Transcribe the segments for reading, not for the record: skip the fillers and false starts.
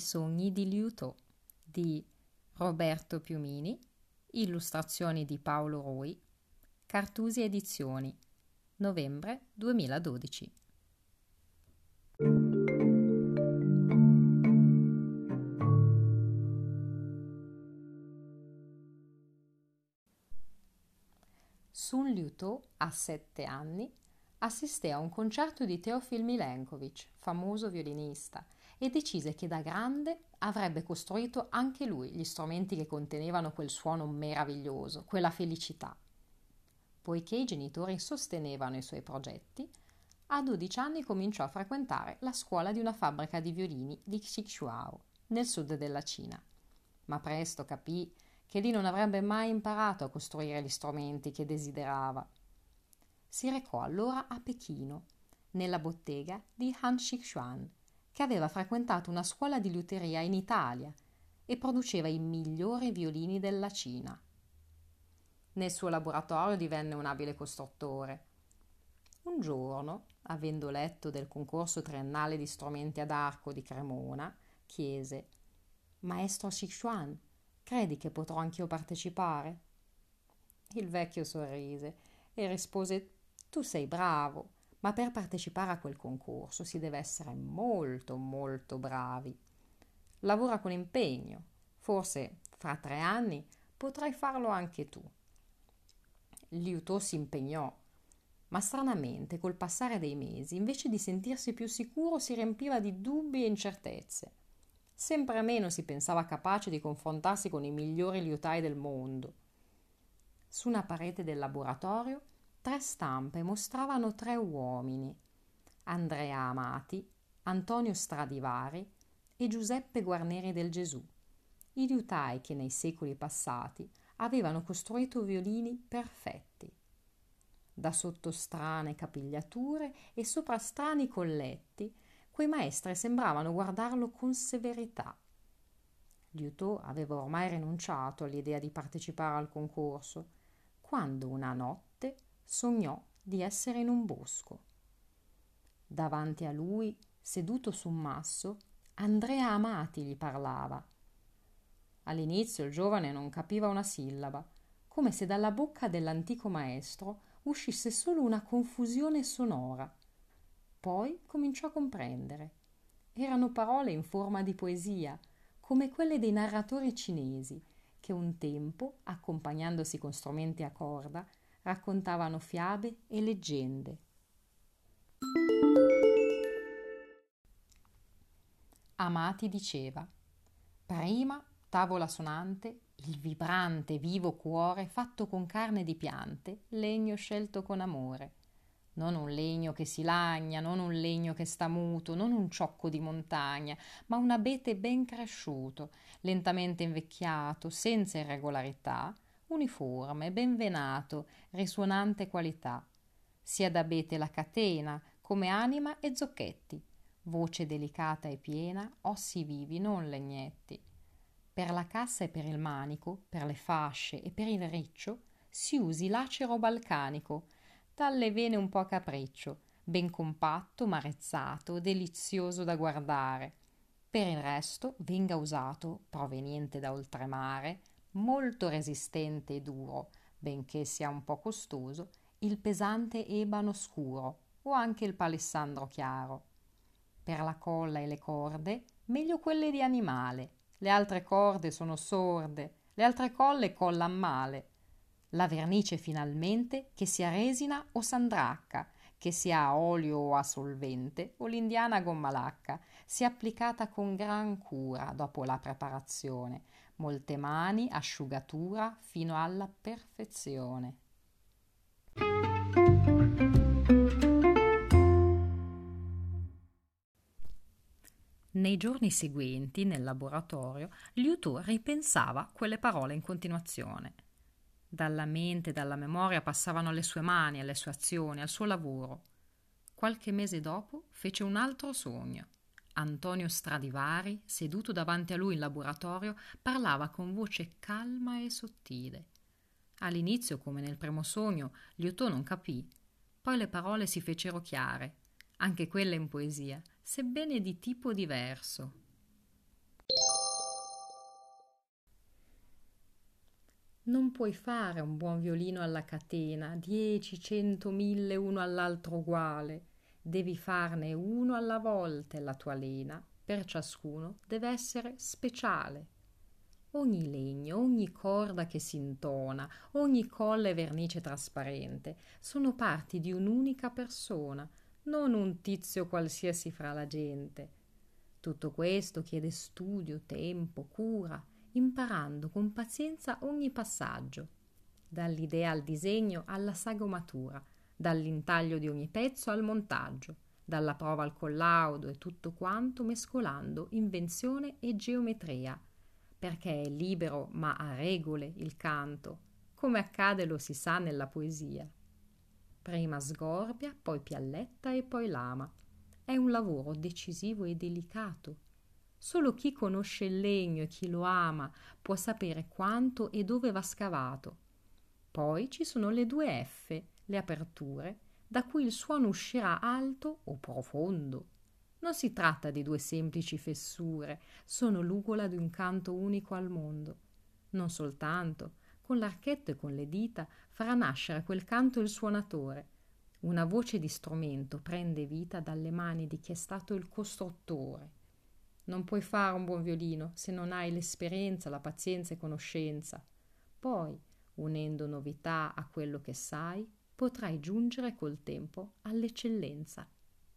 sogni di Liu To di Roberto Piumini, illustrazioni di Paolo Roi, Cartusi Edizioni, novembre 2012. Sun Liu To, a 7 anni, assisté a un concerto di Teofil Milenkovic, famoso violinista, e decise che da grande avrebbe costruito anche lui gli strumenti che contenevano quel suono meraviglioso, quella felicità. Poiché i genitori sostenevano i suoi progetti, a 12 anni cominciò a frequentare la scuola di una fabbrica di violini di Xiqiuao, nel sud della Cina. Ma presto capì che lì non avrebbe mai imparato a costruire gli strumenti che desiderava. Si recò allora a Pechino, nella bottega di Han Xixuan, che aveva frequentato una scuola di liuteria in Italia e produceva i migliori violini della Cina. Nel suo laboratorio divenne un abile costruttore. Un giorno, avendo letto del concorso triennale di strumenti ad arco di Cremona, chiese: «Maestro Xixuan, credi che potrò anch'io partecipare?» Il vecchio sorrise e rispose: «Tu sei bravo, ma per partecipare a quel concorso si deve essere molto, molto bravi. Lavora con impegno, forse fra 3 anni potrai farlo anche tu». Liu To si impegnò, ma stranamente col passare dei mesi, invece di sentirsi più sicuro, si riempiva di dubbi e incertezze. Sempre meno si pensava capace di confrontarsi con i migliori liutai del mondo. Su una parete del laboratorio 3 stampe mostravano 3 uomini: Andrea Amati, Antonio Stradivari e Giuseppe Guarneri del Gesù, i liutai che nei secoli passati avevano costruito violini perfetti. Da sotto strane capigliature e sopra strani colletti, quei maestri sembravano guardarlo con severità. Liu To aveva ormai rinunciato all'idea di partecipare al concorso, quando una notte sognò di essere in un bosco. Davanti a lui, seduto su un masso, Andrea Amati gli parlava. All'inizio il giovane non capiva una sillaba, come se dalla bocca dell'antico maestro uscisse solo una confusione sonora. Poi cominciò a comprendere. Erano parole in forma di poesia, come quelle dei narratori cinesi, che un tempo, accompagnandosi con strumenti a corda, raccontavano fiabe e leggende. Amati diceva: «Prima, tavola sonante, il vibrante, vivo cuore fatto con carne di piante, legno scelto con amore. Non un legno che si lagna, non un legno che sta muto, non un ciocco di montagna, ma un abete ben cresciuto, lentamente invecchiato, senza irregolarità, uniforme, ben venato, risuonante qualità. Sia d'abete la catena, come anima e zocchetti, voce delicata e piena, ossi vivi, non legnetti. Per la cassa e per il manico, per le fasce e per il riccio, si usi lacero balcanico, dalle vene un po' a capriccio, ben compatto, marezzato, delizioso da guardare. Per il resto venga usato, proveniente da oltremare, molto resistente e duro, benché sia un po' costoso, il pesante ebano scuro o anche il palissandro chiaro. Per la colla e le corde, meglio quelle di animale. Le altre corde sono sorde, le altre colle collan male. La vernice finalmente, che sia resina o sandracca, che sia a olio o a solvente, o l'indiana gomma lacca, sia applicata con gran cura dopo la preparazione, molte mani, asciugatura fino alla perfezione. Nei giorni seguenti, nel laboratorio, Liu To ripensava quelle parole in continuazione. Dalla mente e dalla memoria passavano alle sue mani, alle sue azioni, al suo lavoro. Qualche mese dopo fece un altro sogno. Antonio Stradivari, seduto davanti a lui in laboratorio, parlava con voce calma e sottile. All'inizio, come nel primo sogno, Liu To non capì. Poi le parole si fecero chiare, anche quelle in poesia, sebbene di tipo diverso. Non puoi fare un buon violino alla catena, 10, 100, 1000 uno all'altro uguale. Devi farne uno alla volta la tua lena, per ciascuno deve essere speciale. Ogni legno, ogni corda che si intona, ogni colla e vernice trasparente sono parti di un'unica persona, non un tizio qualsiasi fra la gente. Tutto questo chiede studio, tempo, cura, imparando con pazienza ogni passaggio, dall'idea al disegno alla sagomatura, dall'intaglio di ogni pezzo al montaggio, dalla prova al collaudo e tutto quanto mescolando invenzione e geometria, perché è libero ma a regole il canto, come accade lo si sa nella poesia. Prima sgorbia, poi pialletta e poi lama. È un lavoro decisivo e delicato. Solo chi conosce il legno e chi lo ama può sapere quanto e dove va scavato. Poi ci sono le due F, le aperture, da cui il suono uscirà alto o profondo. Non si tratta di due semplici fessure, sono l'ugola di un canto unico al mondo. Non soltanto, con l'archetto e con le dita farà nascere quel canto il suonatore. Una voce di strumento prende vita dalle mani di chi è stato il costruttore. Non puoi fare un buon violino se non hai l'esperienza, la pazienza e conoscenza. Poi, unendo novità a quello che sai, potrai giungere col tempo all'eccellenza.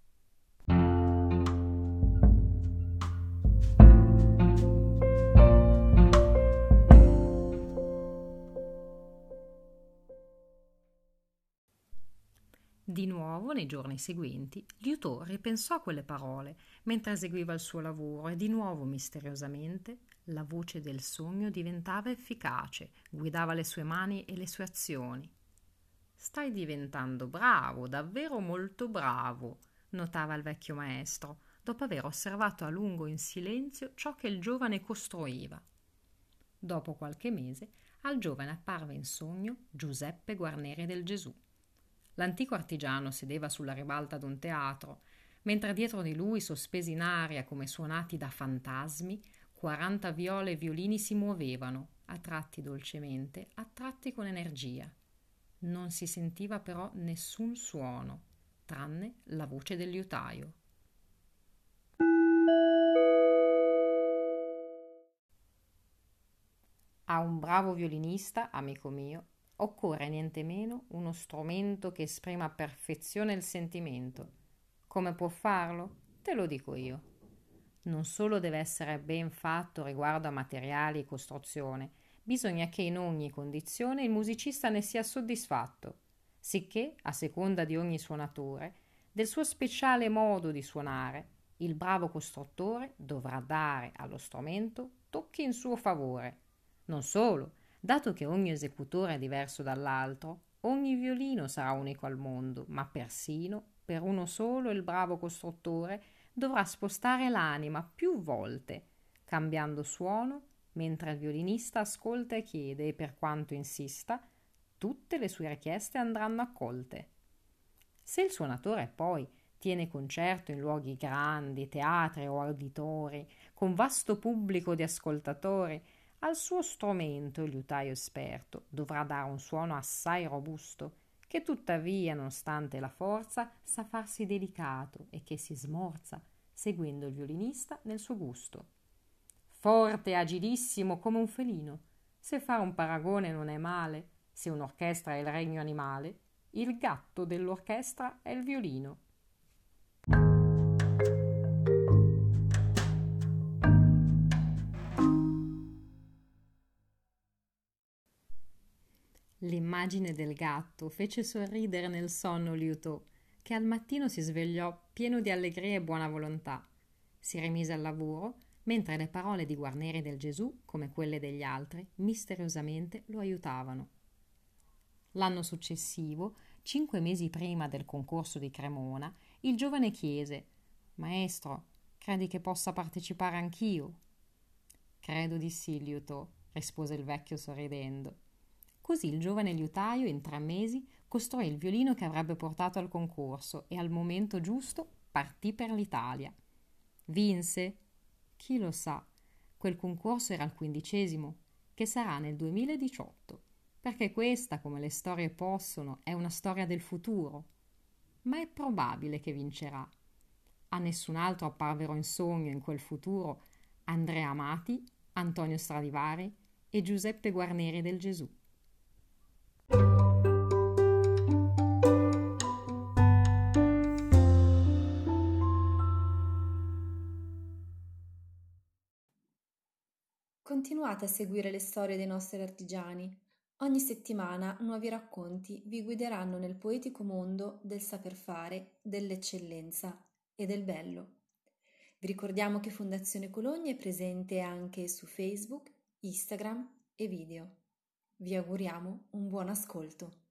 Di nuovo, nei giorni seguenti, Liutò ripensò a quelle parole mentre eseguiva il suo lavoro e di nuovo, misteriosamente, la voce del sogno diventava efficace, guidava le sue mani e le sue azioni. «Stai diventando bravo, davvero molto bravo», notava il vecchio maestro, dopo aver osservato a lungo in silenzio ciò che il giovane costruiva. Dopo qualche mese, al giovane apparve in sogno Giuseppe Guarneri del Gesù. L'antico artigiano sedeva sulla ribalta d'un teatro, mentre dietro di lui, sospesi in aria come suonati da fantasmi, 40 viole e violini si muovevano, a tratti dolcemente, a tratti con energia. Non si sentiva però nessun suono, tranne la voce del liutaio. A un bravo violinista, amico mio, occorre niente meno uno strumento che esprima a perfezione il sentimento. Come può farlo? Te lo dico io. Non solo deve essere ben fatto riguardo a materiali e costruzione, bisogna che in ogni condizione il musicista ne sia soddisfatto, sicché, a seconda di ogni suonatore, del suo speciale modo di suonare, il bravo costruttore dovrà dare allo strumento tocchi in suo favore. Non solo, dato che ogni esecutore è diverso dall'altro, ogni violino sarà unico al mondo, ma persino per uno solo il bravo costruttore dovrà spostare l'anima più volte, cambiando suono, mentre il violinista ascolta e chiede e per quanto insista, tutte le sue richieste andranno accolte. Se il suonatore poi tiene concerto in luoghi grandi, teatri o auditori, con vasto pubblico di ascoltatori, al suo strumento il liutaio esperto dovrà dare un suono assai robusto, che tuttavia, nonostante la forza, sa farsi delicato e che si smorza, seguendo il violinista nel suo gusto. Forte e agilissimo come un felino. Se fare un paragone non è male, se un'orchestra è il regno animale, il gatto dell'orchestra è il violino. L'immagine del gatto fece sorridere nel sonno Liutò, che al mattino si svegliò pieno di allegria e buona volontà. Si rimise al lavoro, mentre le parole di Guarneri del Gesù, come quelle degli altri, misteriosamente lo aiutavano. L'anno successivo, 5 mesi prima del concorso di Cremona, il giovane chiese: «Maestro, credi che possa partecipare anch'io?» «Credo di sì, Liutò», rispose il vecchio sorridendo. Così il giovane liutaio in 3 mesi costruì il violino che avrebbe portato al concorso e al momento giusto partì per l'Italia. Vinse? Chi lo sa? Quel concorso era il 15°. che sarà nel 2018, perché questa, come le storie possono, è una storia del futuro. Ma è probabile che vincerà. A nessun altro apparvero in sogno in quel futuro Andrea Amati, Antonio Stradivari e Giuseppe Guarneri del Gesù. Continuate a seguire le storie dei nostri artigiani. Ogni settimana nuovi racconti vi guideranno nel poetico mondo del saper fare, dell'eccellenza e del bello. Vi ricordiamo che Fondazione Cologna è presente anche su Facebook, Instagram e video. Vi auguriamo un buon ascolto.